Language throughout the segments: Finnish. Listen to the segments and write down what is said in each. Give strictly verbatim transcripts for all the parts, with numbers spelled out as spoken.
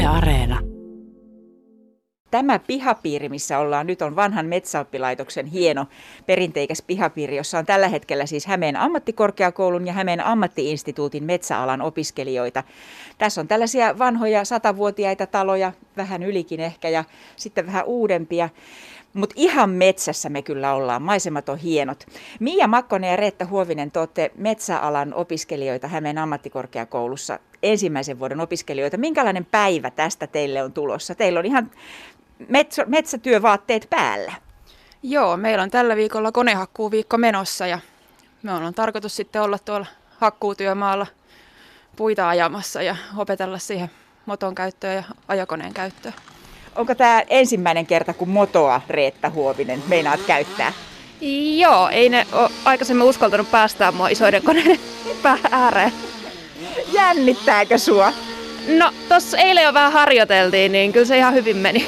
Yle Areena. Tämä pihapiiri, missä ollaan nyt, on vanhan metsäoppilaitoksen hieno perinteikäs pihapiiri, jossa on tällä hetkellä siis Hämeen ammattikorkeakoulun ja Hämeen ammattiinstituutin metsäalan opiskelijoita. Tässä on tällaisia vanhoja satavuotiaita taloja, vähän ylikin ehkä, ja sitten vähän uudempia. Mutta ihan metsässä me kyllä ollaan, maisemat on hienot. Miia Makkonen ja Reetta Huovinen, te olette metsäalan opiskelijoita Hämeen ammattikorkeakoulussa, ensimmäisen vuoden opiskelijoita. Minkälainen päivä tästä teille on tulossa? Teillä on ihan metsä, metsätyövaatteet päällä. Joo, meillä on tällä viikolla konehakkuuviikko menossa ja me on tarkoitus sitten olla tuolla hakkuutyömaalla puita ajamassa ja opetella siihen moton käyttöä ja ajokoneen käyttöä. Onko tämä ensimmäinen kerta, kun motoa, Reetta Huovinen, meinaat käyttää? Joo, ei ne ole aikaisemmin uskaltanut päästää mua isoiden koneiden ääreen. Jännittääkö sua? No, tossa eilen jo vähän harjoiteltiin, niin kyllä se ihan hyvin meni.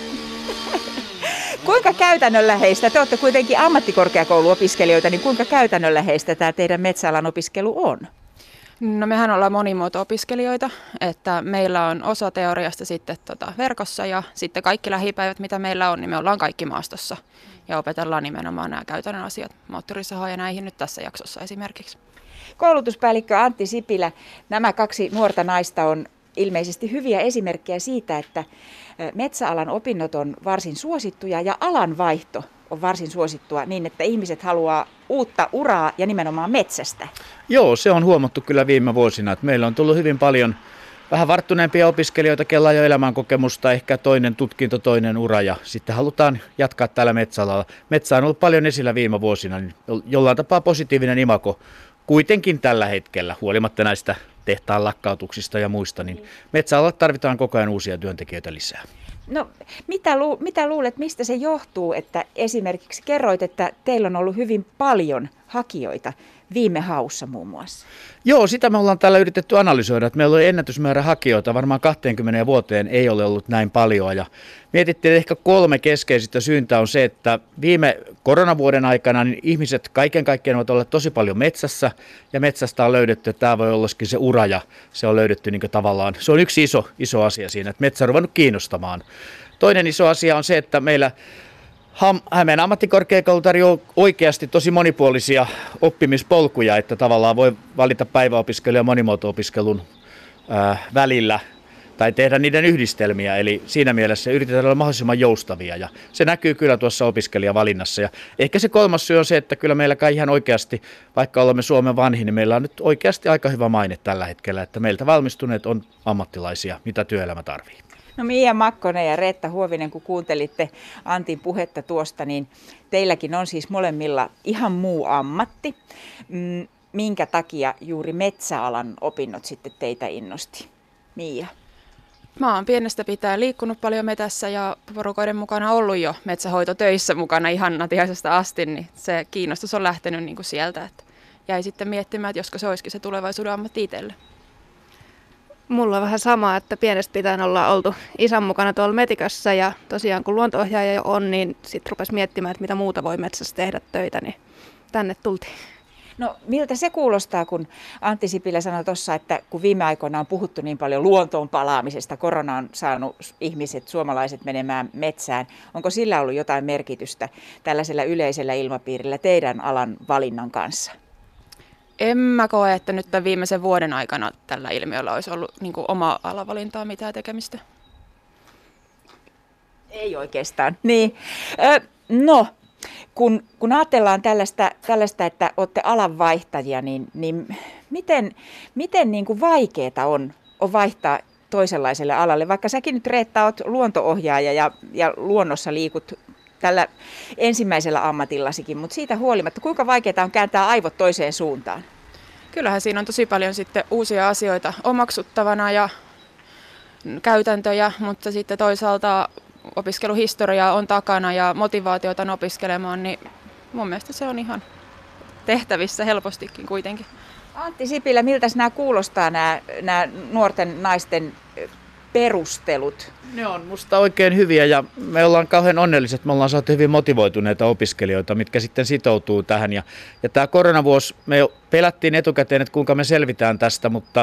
Kuinka käytännönläheistä, te olette kuitenkin ammattikorkeakouluopiskelijoita, niin kuinka käytännönläheistä tämä teidän metsäalan opiskelu on? No mehän ollaan monimuoto-opiskelijoita, että meillä on osa teoriasta sitten tota verkossa ja sitten kaikki lähipäivät, mitä meillä on, niin me ollaan kaikki maastossa ja opetellaan nimenomaan nämä käytännön asiat, moottorisahaa ja näihin nyt tässä jaksossa esimerkiksi. Koulutuspäällikkö Antti Sipilä, nämä kaksi nuorta naista on ilmeisesti hyviä esimerkkejä siitä, että metsäalan opinnot on varsin suosittuja ja alanvaihto on varsin suosittua niin, että ihmiset haluaa uutta uraa ja nimenomaan metsästä. Joo, se on huomattu kyllä viime vuosina, että meillä on tullut hyvin paljon vähän varttuneempia opiskelijoita, kella on jo elämänkokemusta, ehkä toinen tutkinto, toinen ura ja sitten halutaan jatkaa täällä metsäalalla. Metsä on ollut paljon esillä viime vuosina, niin jollain tapaa positiivinen imako kuitenkin tällä hetkellä, huolimatta näistä tehtaan lakkautuksista ja muista, niin metsäalalla tarvitaan koko ajan uusia työntekijöitä lisää. No, mitä, lu- mitä luulet, mistä se johtuu, että esimerkiksi kerroit, että teillä on ollut hyvin paljon hakijoita viime haussa muun muassa? Joo, sitä me ollaan täällä yritetty analysoida, että meillä oli ennätysmäärä hakijoita, varmaan kaksikymmentä vuoteen ei ole ollut näin paljon ja mietittiin, että ehkä kolme keskeisistä syyntä on se, että viime koronavuoden aikana niin ihmiset kaiken kaikkiaan ovat olleet tosi paljon metsässä ja metsästä on löydetty, että tämä voi ollakin se ura ja se on löydetty niin kuin tavallaan, se on yksi iso, iso asia siinä, että metsä on ruvennut kiinnostamaan. Toinen iso asia on se, että meillä Hämeen ammattikorkeakoulu tarjoaa oikeasti tosi monipuolisia oppimispolkuja, että tavallaan voi valita päiväopiskelun ja monimuoto-opiskelun ää, välillä tai tehdä niiden yhdistelmiä. Eli siinä mielessä yritetään olla mahdollisimman joustavia ja se näkyy kyllä tuossa opiskelijavalinnassa. Ja ehkä se kolmas syy on se, että kyllä meillä kai ihan oikeasti, vaikka olemme Suomen vanhin, niin meillä on nyt oikeasti aika hyvä maine tällä hetkellä, että meiltä valmistuneet on ammattilaisia, mitä työelämä tarvitsee. No Miia Makkonen ja Reetta Huovinen, kun kuuntelitte Antin puhetta tuosta, niin teilläkin on siis molemmilla ihan muu ammatti. Minkä takia juuri metsäalan opinnot sitten teitä innosti? Miia? Mä oon pienestä pitäen liikkunut paljon metässä ja porukoiden mukana ollut jo metsähoitotöissä mukana ihan natiaisesta asti, niin se kiinnostus on lähtenyt niin kuin sieltä. Että jäi sitten miettimään, että josko se olisikin se tulevaisuuden ammatti itselle. Mulla on vähän sama, että pienestä pitäen ollaan oltu isän mukana tuolla metikössä ja tosiaan kun luonto-ohjaaja jo on, niin sitten rupesi miettimään, että mitä muuta voi metsässä tehdä töitä, niin tänne tultiin. No miltä se kuulostaa, kun Antti Sipilä sanoi tuossa, että kun viime aikoina on puhuttu niin paljon luontoon palaamisesta, korona on saanut ihmiset, suomalaiset menemään metsään. Onko sillä ollut jotain merkitystä tällaisella yleisellä ilmapiirillä teidän alan valinnan kanssa? En mä koe, että nyt tämän viimeisen vuoden aikana tällä ilmiöllä olisi ollut niin kuin oma alavalintaa mitään tekemistä. Ei oikeastaan. Niin. Ö, no, kun, kun ajatellaan tällaista, tällaista, että olette alanvaihtajia, niin, niin miten, miten niin kuin vaikeaa on, on vaihtaa toisenlaiselle alalle? Vaikka säkin nyt, Reetta, olet luonto-ohjaaja ja, ja luonnossa liikut tällä ensimmäisellä ammatillasikin, mutta siitä huolimatta, kuinka vaikeaa on kääntää aivot toiseen suuntaan? Kyllähän siinä on tosi paljon sitten uusia asioita omaksuttavana ja käytäntöjä, mutta sitten toisaalta opiskeluhistoria on takana ja motivaatiota on opiskelemaan, niin mun mielestä se on ihan tehtävissä helpostikin kuitenkin. Antti Sipilä, miltä nämä kuulostaa, nämä, nämä nuorten naisten perustelut? Ne on musta oikein hyviä ja me ollaan kauhean onnelliset. Me ollaan saatu hyvin motivoituneita opiskelijoita, mitkä sitten sitoutuu tähän. Ja, ja tämä koronavuosi, me pelättiin etukäteen, että kuinka me selvitään tästä, mutta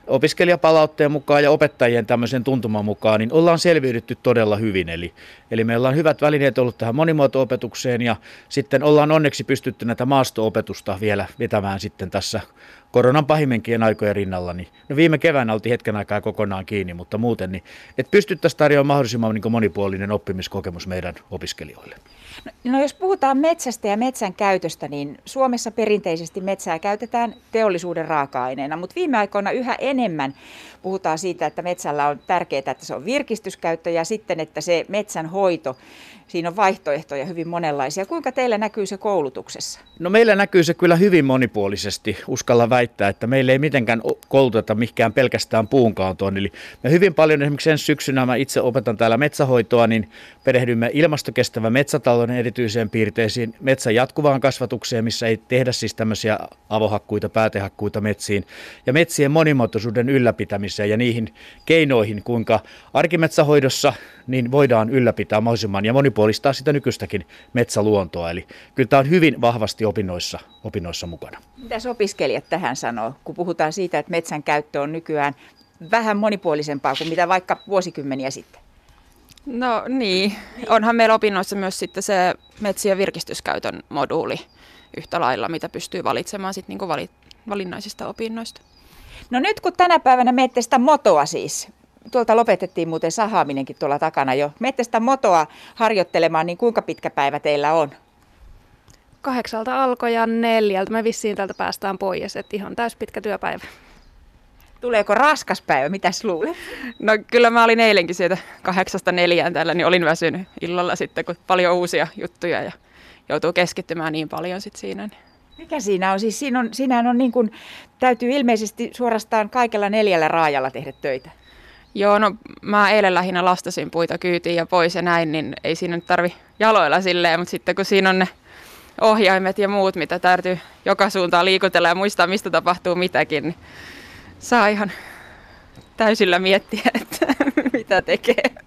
opiskelijapalautteen mukaan ja opettajien tämmöisen tuntuman mukaan, niin ollaan selviydytty todella hyvin. Eli, eli meillä on hyvät välineet ollut tähän monimuoto-opetukseen ja sitten ollaan onneksi pystytty näitä maasto-opetusta vielä vetämään sitten tässä koronan pahimmenkien aikojen rinnalla. Niin, no viime keväänä oltiin hetken aikaa kokonaan kiinni, mutta muuten, niin, että pystyttäisiin tarjoamaan mahdollisimman niin monipuolinen oppimiskokemus meidän opiskelijoille. No, no jos puhutaan metsästä ja metsän käytöstä, niin Suomessa perinteisesti metsää käytetään teollisuuden raaka-aineena, mutta viime aikoina yhä enemmän puhutaan siitä, että metsällä on tärkeää, että se on virkistyskäyttö ja sitten, että se metsän hoito, siinä on vaihtoehtoja hyvin monenlaisia. Kuinka teillä näkyy se koulutuksessa? No meillä näkyy se kyllä hyvin monipuolisesti, uskalla väittää, että meillä ei mitenkään kouluteta mihinkään pelkästään puunkaatoon. Eli me hyvin paljon esimerkiksi ensi syksynä, mä itse opetan täällä metsähoitoa, niin perehdymme ilmastokestävän metsätalouden erityiseen piirteisiin, metsän jatkuvaan kasvatukseen, missä ei tehdä siis tämmöisiä avohakkuita, päätehakkuita metsiin, ja metsien monimuotoisuuden ylläpitämiseen ja niihin keinoihin, kuinka arkimetsähoidossa niin voidaan ylläpitää mahdollisimman ja monipuolistaa sitä nykyistäkin metsäluontoa. Eli kyllä tämä on hyvin vahvasti opinnoissa, opinnoissa mukana. Mitäs opiskelijat tähän sanoo, kun puhutaan siitä, että metsän käyttö on nykyään vähän monipuolisempaa kuin mitä vaikka vuosikymmeniä sitten? No niin, onhan meillä opinnoissa myös sitten se metsien virkistyskäytön moduuli yhtä lailla, mitä pystyy valitsemaan sitten niinku vali, valinnaisista opinnoista. No nyt kun tänä päivänä menette sitä motoa siis, tuolta lopetettiin muuten sahaaminenkin tuolla takana jo, menette sitä motoa harjoittelemaan, niin kuinka pitkä päivä teillä on? Kahdeksalta alkoi ja neljältä me vissiin täältä päästään pois, että ihan täys pitkä työpäivä. Tuleeko raskas päivä? Mitäs luulet? No kyllä mä olin eilenkin sieltä kahdeksasta neljään täällä, niin olin väsynyt illalla sitten, kun paljon uusia juttuja ja joutuu keskittymään niin paljon sitten siinä. Niin. Mikä siinä on? Siis siinä on, siinähän on niin kuin, täytyy ilmeisesti suorastaan kaikella neljällä raajalla tehdä töitä. Joo, no mä eilen lähinnä lastasin puita kyytiin ja pois ja näin, niin ei siinä nyt tarvi jaloilla silleen, mutta sitten kun siinä on ne ohjaimet ja muut, mitä täytyy joka suuntaan liikutella ja muistaa, mistä tapahtuu mitäkin, niin saa ihan täysillä miettiä, että mitä tekee.